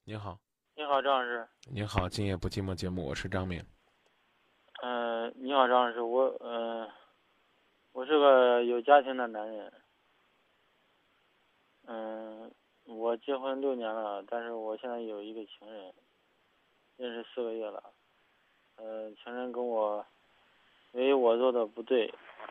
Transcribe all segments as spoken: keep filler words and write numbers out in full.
您好。 你好，张老师。 您好，今夜不寂寞节目，我是张明。 嗯、呃，你好，张老师。我，嗯、呃，我是个有家庭的男人。嗯、呃，我结婚六年了，但是我现在有一个情人，认识四个月了。呃，情人跟我，因为我做的不对，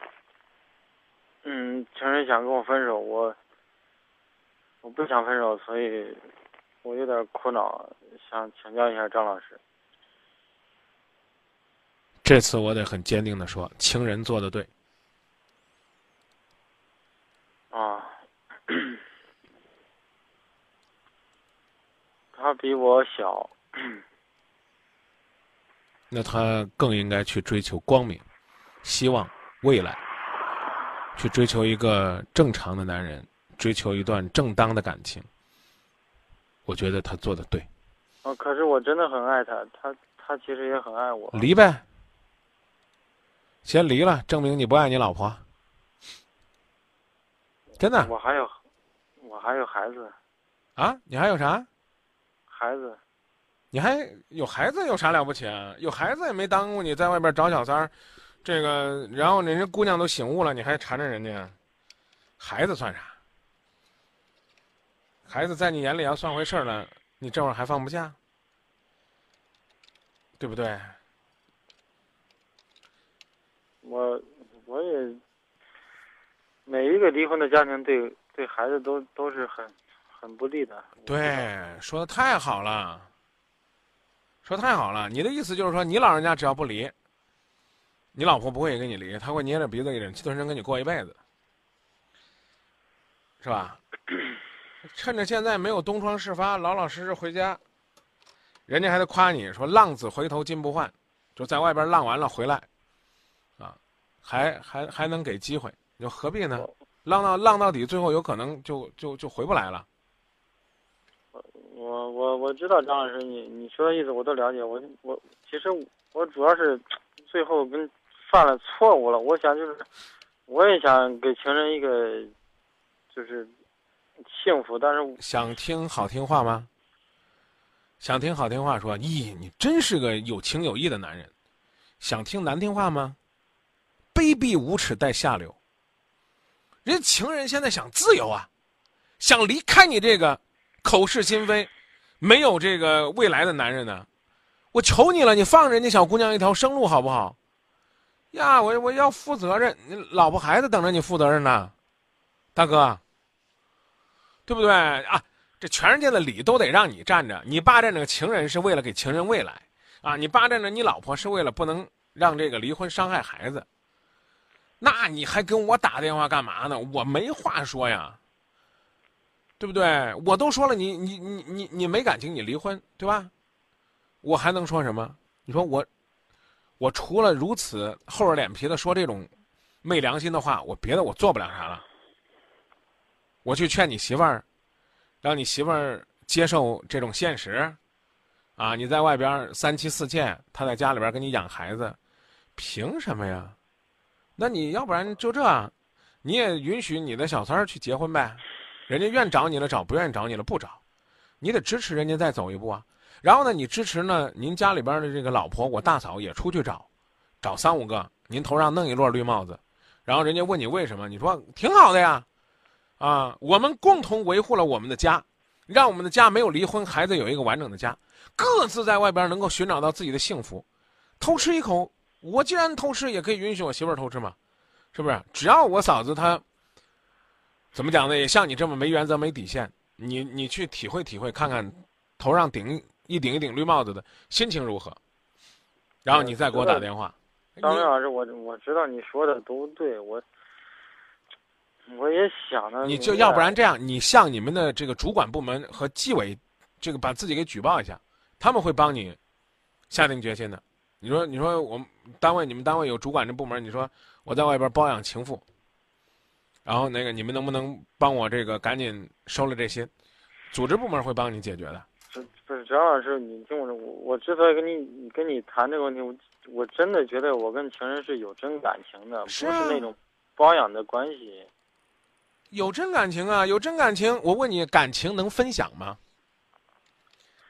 嗯，情人想跟我分手，我，我不想分手，所以我有点苦恼，想请教一下张老师。 这次我得很坚定的说，情人做的对。 啊，他比我小。 那他更应该去追求光明、希望、未来，去追求一个正常的男人，追求一段正当的感情。我觉得他做的对。 哦，可是我真的很爱他，他他其实也很爱我。 离呗，先离了，证明你不爱你老婆。真的。 我还有，我还有孩子。 啊？你还有啥？ 孩子。 你还有孩子有啥了不起啊？有孩子也没耽误你在外边找小三儿，这个，然后人家姑娘都醒悟了，你还缠着人家，孩子算啥？孩子在你眼里要算回事儿了，你这会儿还放不下，对不对？ 我我也，每一个离婚的家庭对对孩子都都是很很不利的。 对，说的太好了，说得太好了。你的意思就是说，你老人家只要不离，你老婆不会跟你离，她会捏着鼻子忍气吞声跟你过一辈子，是吧？趁着现在没有东窗事发，老老实实回家，人家还得夸你说浪子回头金不换，就在外边浪完了回来，啊，还还还能给机会，你说何必呢？浪到浪到底，最后有可能就就就回不来了。 我我我知道张老师，你你说的意思我都了解。我我其实我主要是最后跟犯了错误了，我想就是我也想给情人一个就是幸福，但是想听好听话吗？想听好听话说，咦，你真是个有情有义的男人。想听难听话吗？卑鄙无耻带下流。人情人现在想自由啊，想离开你这个口是心非、没有这个未来的男人呢。我求你了，你放人家小姑娘一条生路好不好？呀，我我要负责任，你老婆孩子等着你负责任呢，大哥，对不对啊？这全世界的理都得让你占着，你霸占着情人是为了给情人未来啊，你霸占着你老婆是为了不能让这个离婚伤害孩子。那你还跟我打电话干嘛呢？我没话说呀，对不对？我都说了你，你你你你没感情，你离婚，对吧？我还能说什么？你说我，我除了如此厚着脸皮的说这种昧良心的话，我别的我做不了啥了。我去劝你媳妇儿，让你媳妇儿接受这种现实，啊，你在外边三妻四妾，她在家里边给你养孩子，凭什么呀？那你要不然就这，你也允许你的小三儿去结婚呗，人家愿找你了找，不愿找你了不找，你得支持人家再走一步啊。然后呢，你支持呢，您家里边的这个老婆，我大嫂也出去找，找三五个，您头上弄一摞绿帽子，然后人家问你为什么，你说挺好的呀，啊，我们共同维护了我们的家，让我们的家没有离婚，孩子有一个完整的家，各自在外边能够寻找到自己的幸福，偷吃一口。我既然偷吃，也可以允许我媳妇儿偷吃嘛，是不是？只要我嫂子她怎么讲呢，也像你这么没原则、没底线，你你去体会体会，看看头上顶一顶一顶绿帽子的心情如何，然后你再给我打电话。 张明老师，我我知道你说的都对，我我也想的。 你就要不然这样，你向你们的这个主管部门和纪委，这个把自己给举报一下，他们会帮你下定决心的。你说，你说我们单位，你们单位有主管这部门，你说我在外边包养情妇，然后那个你们能不能帮我这个赶紧收了这心？组织部门会帮你解决的。 不是张老师，你听我说，我我之所以跟你跟你谈这个问题，我我真的觉得我跟情人是有真感情的， 是啊， 不是那种包养的关系。 有真感情啊，有真感情。我问你，感情能分享吗？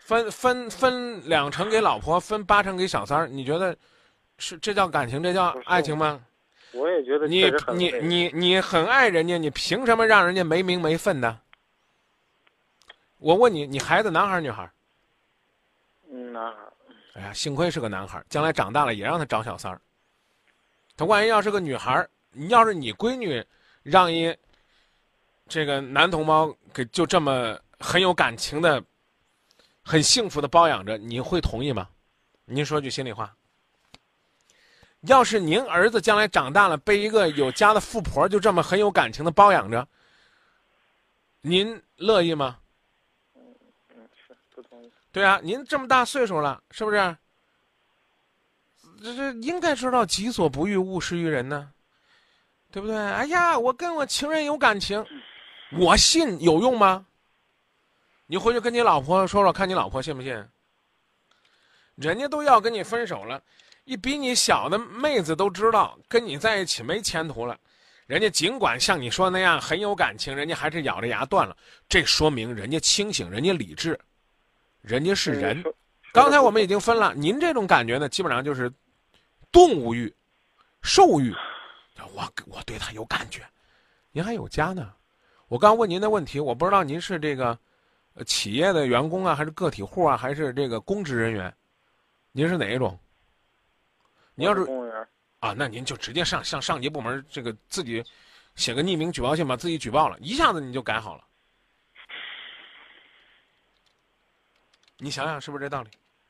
分分分两成给老婆，分八成给小三儿，你觉得是这叫感情，这叫爱情吗？ 我也觉得你确实很你累你你很爱人家，你凭什么让人家没名没分呢？我问你，你孩子男孩儿女孩儿？ 嗯，男孩儿。 哎呀，幸亏是个男孩儿，将来长大了也让他找小三儿。他万一要是个女孩儿，你要是你闺女让一这个男同胞给就这么很有感情的、很幸福的包养着，你会同意吗？您说句心里话。要是您儿子将来长大了，被一个有家的富婆就这么很有感情的包养着，您乐意吗？ 嗯嗯，是不同意。 对啊，您这么大岁数了，是不是？这这应该知道己所不欲，勿施于人呢，对不对？哎呀，我跟我情人有感情，我信有用吗？你回去跟你老婆说说，看你老婆信不信？人家都要跟你分手了，一比你小的妹子都知道跟你在一起没前途了，人家尽管像你说那样很有感情，人家还是咬着牙断了，这说明人家清醒，人家理智，人家是人。刚才我们已经分了，您这种感觉呢，基本上就是动物欲、兽欲。我我对他有感觉，您还有家呢。我刚问您的问题，我不知道您是这个呃企业的员工啊，还是个体户啊，还是这个公职人员？您是哪一种？您要是公务员啊，那您就直接上向上级部门这个自己写个匿名举报信，把自己举报了，一下子你就改好了。你想想是不是这道理？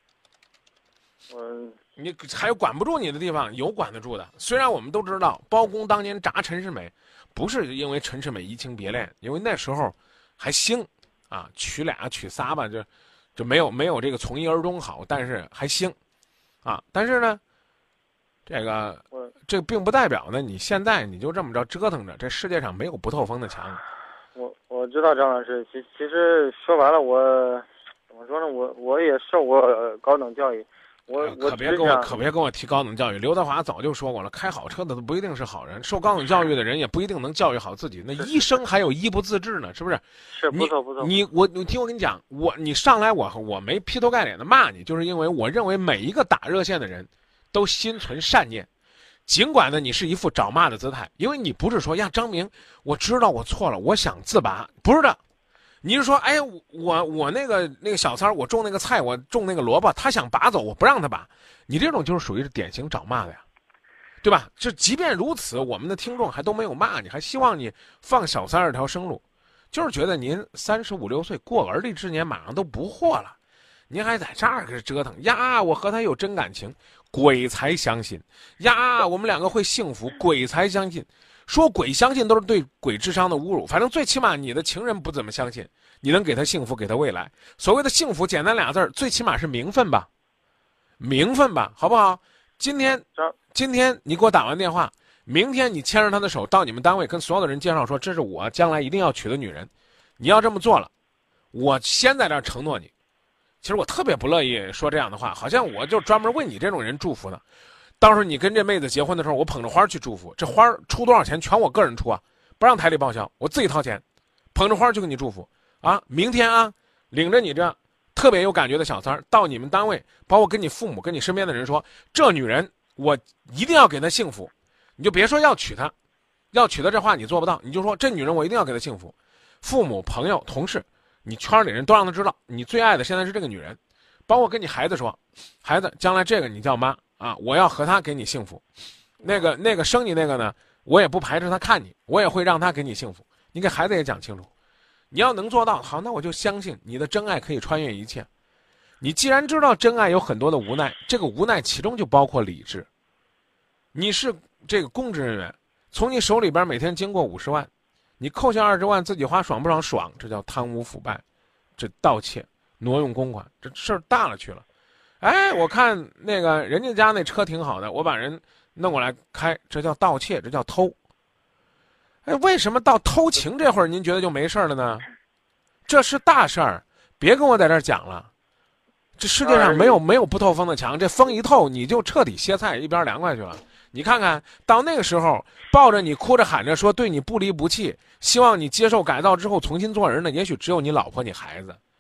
我你还有管不住你的地方，有管得住的。虽然我们都知道包公当年铡陈世美，不是因为陈世美移情别恋，因为那时候还兴啊，娶俩娶仨吧，就就没有没有这个从一而终好，但是还兴啊。但是呢，这个这并不代表呢，你现在你就这么着折腾着，这世界上没有不透风的墙。 我我知道张老师，其其实说白了，我怎么说呢？我我也受过高等教育。我我可别跟我可别跟我提高等教育。刘德华早就说过了，开好车的都不一定是好人，受高等教育的人也不一定能教育好自己。那医生还有医不自治呢，是不是？ 是不错不错。 你我你听我跟你讲，我你上来我我没劈头盖脸的骂你，就是因为我认为每一个打热线的人都心存善念，尽管呢你是一副找骂的姿态，因为你不是说呀张明，我知道我错了，我想自拔，不是的。你是说，哎，我我那个那个小三儿，我种那个菜，我种那个萝卜，他想拔走，我不让他拔，你这种就是属于是典型找骂的呀，对吧？这即便如此，我们的听众还都没有骂你，还希望你放小三儿条生路，就是觉得您三十五六岁过而立之年，马上都不惑了，您还在这儿给折腾呀？我和他有真感情，鬼才相信呀！我们两个会幸福，鬼才相信。说鬼相信都是对鬼智商的侮辱，反正最起码你的情人不怎么相信，你能给他幸福，给他未来。所谓的幸福，简单俩字儿，最起码是名分吧，名分吧，好不好？今天，今天你给我打完电话，明天你牵着他的手到你们单位，跟所有的人介绍说，这是我将来一定要娶的女人，你要这么做了，我先在这儿承诺你。其实我特别不乐意说这样的话，好像我就专门为你这种人祝福呢。到时候你跟这妹子结婚的时候，我捧着花去祝福，这花出多少钱全我个人出啊，不让台里报销，我自己掏钱，捧着花去给你祝福啊！明天啊，领着你这特别有感觉的小三儿到你们单位，包括跟你父母、跟你身边的人说，这女人我一定要给她幸福，你就别说要娶她，要娶她这话你做不到，你就说这女人我一定要给她幸福，父母、朋友、同事，你圈里人都让她知道，你最爱的现在是这个女人，包括跟你孩子说，孩子将来这个你叫妈。啊！我要和他给你幸福，那个那个生你那个呢，我也不排斥他看你，我也会让他给你幸福。你给孩子也讲清楚，你要能做到，好，那我就相信你的真爱可以穿越一切。你既然知道真爱有很多的无奈，这个无奈其中就包括理智。你是这个公职人员，从你手里边每天经过五十万，你扣下二十万自己花爽不爽？爽，这叫贪污腐败，这盗窃、挪用公款，这事儿大了去了。哎，我看那个人家家那车挺好的，我把人弄过来开，这叫盗窃，这叫偷。哎，为什么到偷情这会儿您觉得就没事了呢？这是大事儿，别跟我在这儿讲了。这世界上没有没有不透风的墙，这风一透你就彻底歇菜一边凉快去了。你看看到那个时候，抱着你哭着喊着说对你不离不弃，希望你接受改造之后重新做人的，也许只有你老婆你孩子。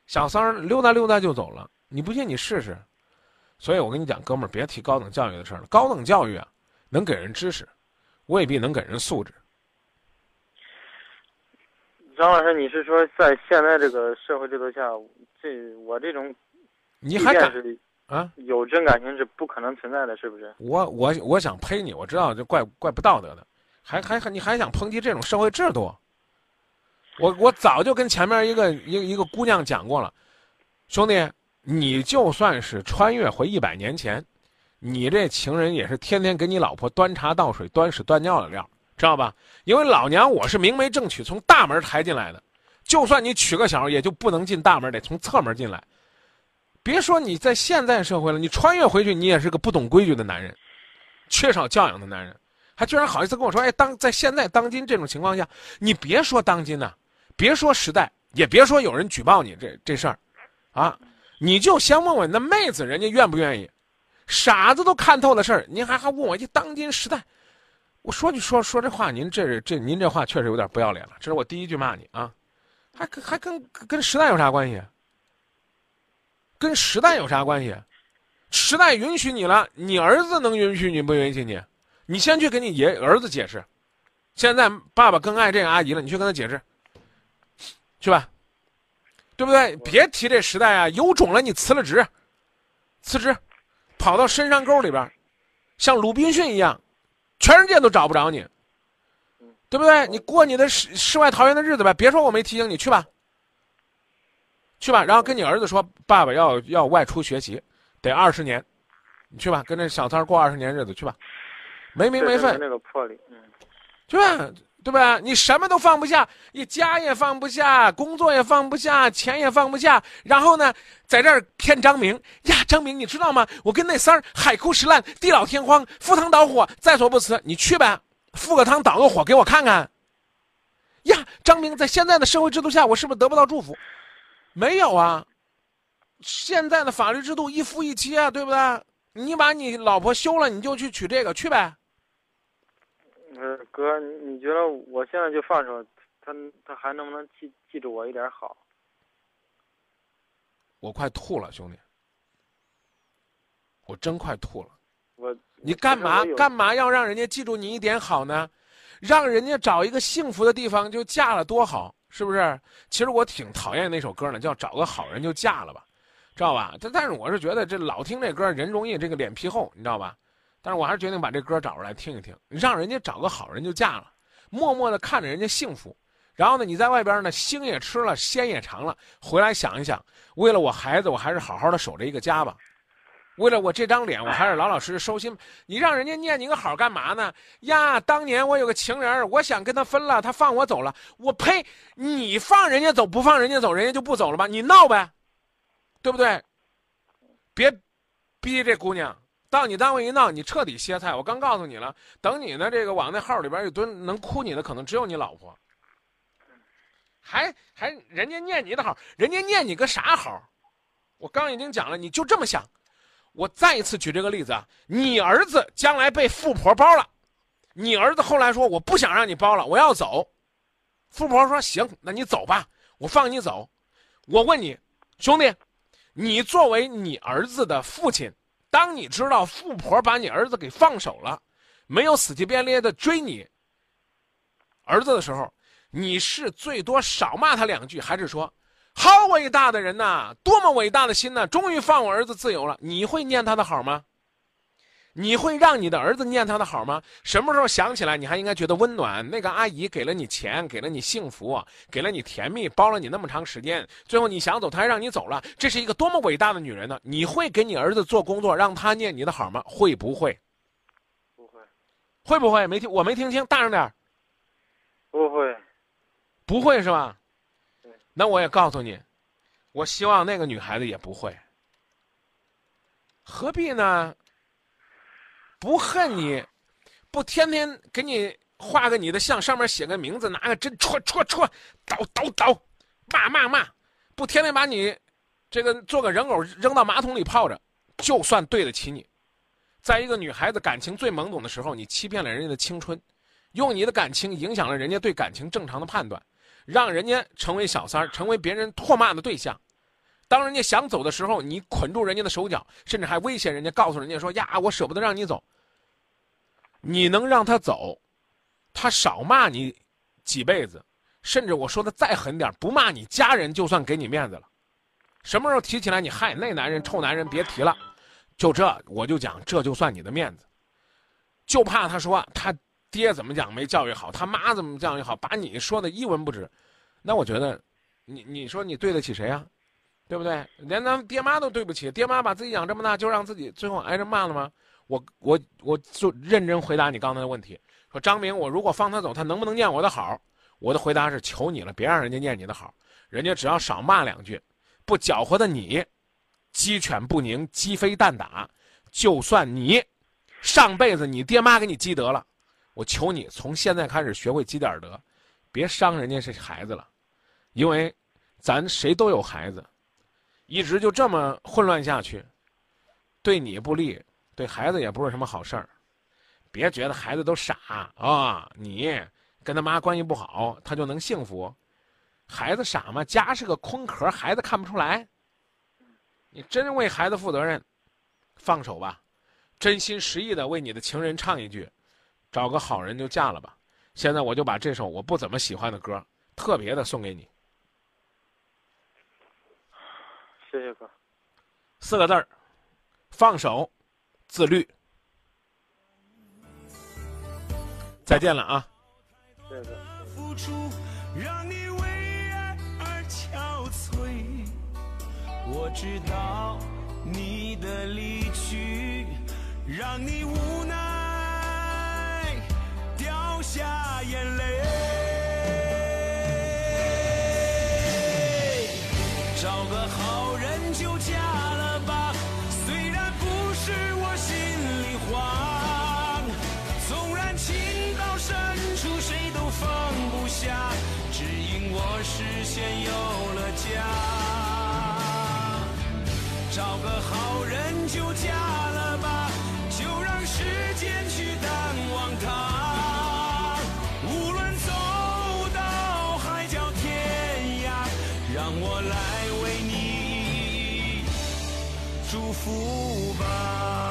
小三儿溜达溜达就走了，你不信你试试。所以我跟你讲，哥们儿，别提高等教育的事儿了。高等教育啊，能给人知识，未必能给人素质。 张老师，你是说在现在这个社会制度下，这我这种， 你还敢是啊？ 有真感情是不可能存在的，是不是？ 我我我想呸你，我知道这怪怪不道德的，还还你还想抨击这种社会制度？我我早就跟前面一个一个一个姑娘讲过了，兄弟，你就算是穿越回一百年前，你这情人也是天天给你老婆端茶倒水、端屎端尿的料，知道吧？因为老娘我是明媒正娶，从大门抬进来的，就算你娶个小，也就不能进大门，得从侧门进来。别说你在现代社会了，你穿越回去，你也是个不懂规矩的男人，缺少教养的男人，还居然好意思跟我说，哎，当在现在当今这种情况下，你别说当今呐、啊，别说时代，也别说有人举报你这这事儿，啊，你就先问问那妹子，人家愿不愿意？傻子都看透的事儿，您还还问我这当今时代？我说句说说这话，您这这您这话确实有点不要脸了。这是我第一句骂你啊，还还跟跟时代有啥关系？跟时代有啥关系？时代允许你了，你儿子能允许你不允许你？你先去跟你爷儿子解释。现在爸爸更爱这个阿姨了，你去跟他解释，去吧，对不对？别提这时代啊，有种了你辞了职，辞职，跑到深山沟里边，像鲁滨逊一样，全世界都找不着你，对不对？你过你的世世外桃源的日子呗，别说我没提醒你，去吧。去吧，然后跟你儿子说，爸爸要要外出学习，得二十年，你去吧，跟这小三过二十年日子去吧，没名没分， 那个魄力，嗯， 去吧，对吧？你什么都放不下，你家也放不下，工作也放不下，钱也放不下，然后呢，在这儿骗张明呀，张明你知道吗？我跟那三儿海枯石烂，地老天荒，赴汤蹈火，在所不辞。你去呗，赴个汤蹈个火给我看看。呀，张明在现在的社会制度下，我是不是得不到祝福？没有啊，现在的法律制度一夫一妻啊，对不对？你把你老婆休了，你就去娶这个去呗。 呃，哥，你你觉得我现在就放手，他他还能不能记记住我一点好？ 我快吐了，兄弟，我真快吐了。 我你干嘛干嘛要让人家记住你一点好呢？让人家找一个幸福的地方就嫁了多好。是不是？其实我挺讨厌那首歌呢，叫找个好人就嫁了吧，知道吧？但但是我是觉得这老听这歌，人容易这个脸皮厚，你知道吧？但是我还是决定把这歌找出来听一听，让人家找个好人就嫁了，默默的看着人家幸福。然后呢，你在外边呢，腥也吃了，鲜也尝了，回来想一想，为了我孩子，我还是好好的守着一个家吧。为了我这张脸，我还是老老实实收心。你让人家念你个好干嘛呢？呀，当年我有个情人，我想跟他分了，他放我走了。我呸！你放人家走不放人家走，人家就不走了吧？你闹呗，对不对？别逼这姑娘，到你单位一闹，你彻底歇菜。我刚告诉你了，等你呢，这个往那号里边一蹲，能哭你的可能只有你老婆。还还人家念你的好，人家念你个啥好？我刚已经讲了，你就这么想。我再一次举这个例子啊，你儿子将来被富婆包了，你儿子后来说我不想让你包了，我要走。富婆说行，那你走吧，我放你走。我问你，兄弟，你作为你儿子的父亲，当你知道富婆把你儿子给放手了，没有死乞白咧的追你儿子的时候，你是最多少骂他两句，还是说好伟大的人呐，多么伟大的心呐，终于放我儿子自由了？你会念他的好吗？你会让你的儿子念他的好吗？什么时候想起来你还应该觉得温暖？那个阿姨给了你钱，给了你幸福，给了你甜蜜，包了你那么长时间，最后你想走，她还让你走了，这是一个多么伟大的女人呢？你会给你儿子做工作，让他念你的好吗？会不会？ 不会。 会不会？没听，我没听清，大声点。 不会。 不会是吧？那我也告诉你，我希望那个女孩子也不会。何必呢？不恨你，不天天给你画个你的像，上面写个名字，拿个针戳戳戳，捣捣捣，骂骂骂，不天天把你这个做个人偶扔到马桶里泡着，就算对得起你。在一个女孩子感情最懵懂的时候，你欺骗了人家的青春，用你的感情影响了人家对感情正常的判断，让人家成为小三儿，成为别人唾骂的对象。 当人家想走的时候，你捆住人家的手脚，甚至还威胁人家，告诉人家说呀，我舍不得让你走。你能让他走，他少骂你几辈子，甚至我说的再狠点，不骂你家人就算给你面子了。什么时候提起来你嗨那男人臭男人别提了，就这我就讲这就算你的面子。就怕他说他爹怎么讲没教育好，他妈怎么教育好，把你说的一文不值。那我觉得你你说你对得起谁啊？对不对？连咱爹妈都对不起，爹妈把自己养这么大，就让自己最后挨着骂了吗？我我我就认真回答你刚才的问题，说张明，我如果放他走，他能不能念我的好？我的回答是求你了，别让人家念你的好，人家只要少骂两句，不搅和的你，鸡犬不宁，鸡飞蛋打，就算你上辈子你爹妈给你积德了，我求你从现在开始学会积点德，别伤人家是孩子了，因为咱谁都有孩子，一直就这么混乱下去，对你不利，对孩子也不是什么好事儿。别觉得孩子都傻啊，你跟他妈关系不好，他就能幸福。孩子傻吗？家是个空壳，孩子看不出来。你真为孩子负责任，放手吧，真心实意的为你的情人唱一句，找个好人就嫁了吧。现在我就把这首我不怎么喜欢的歌特别的送给你。 谢谢哥。 四个字儿，放手，自律。再见了啊！ 谢谢哥。 付出让你为爱而憔悴，我知道你的离去让你无奈掉下眼泪，找个好人就嫁了吧，虽然不是我心里话，纵然情到深处谁都放不下，只因我事先有了家。找个好人就嫁了吧，就让时间去淡忘它，无论走到海角天涯，让我来为你祝福吧。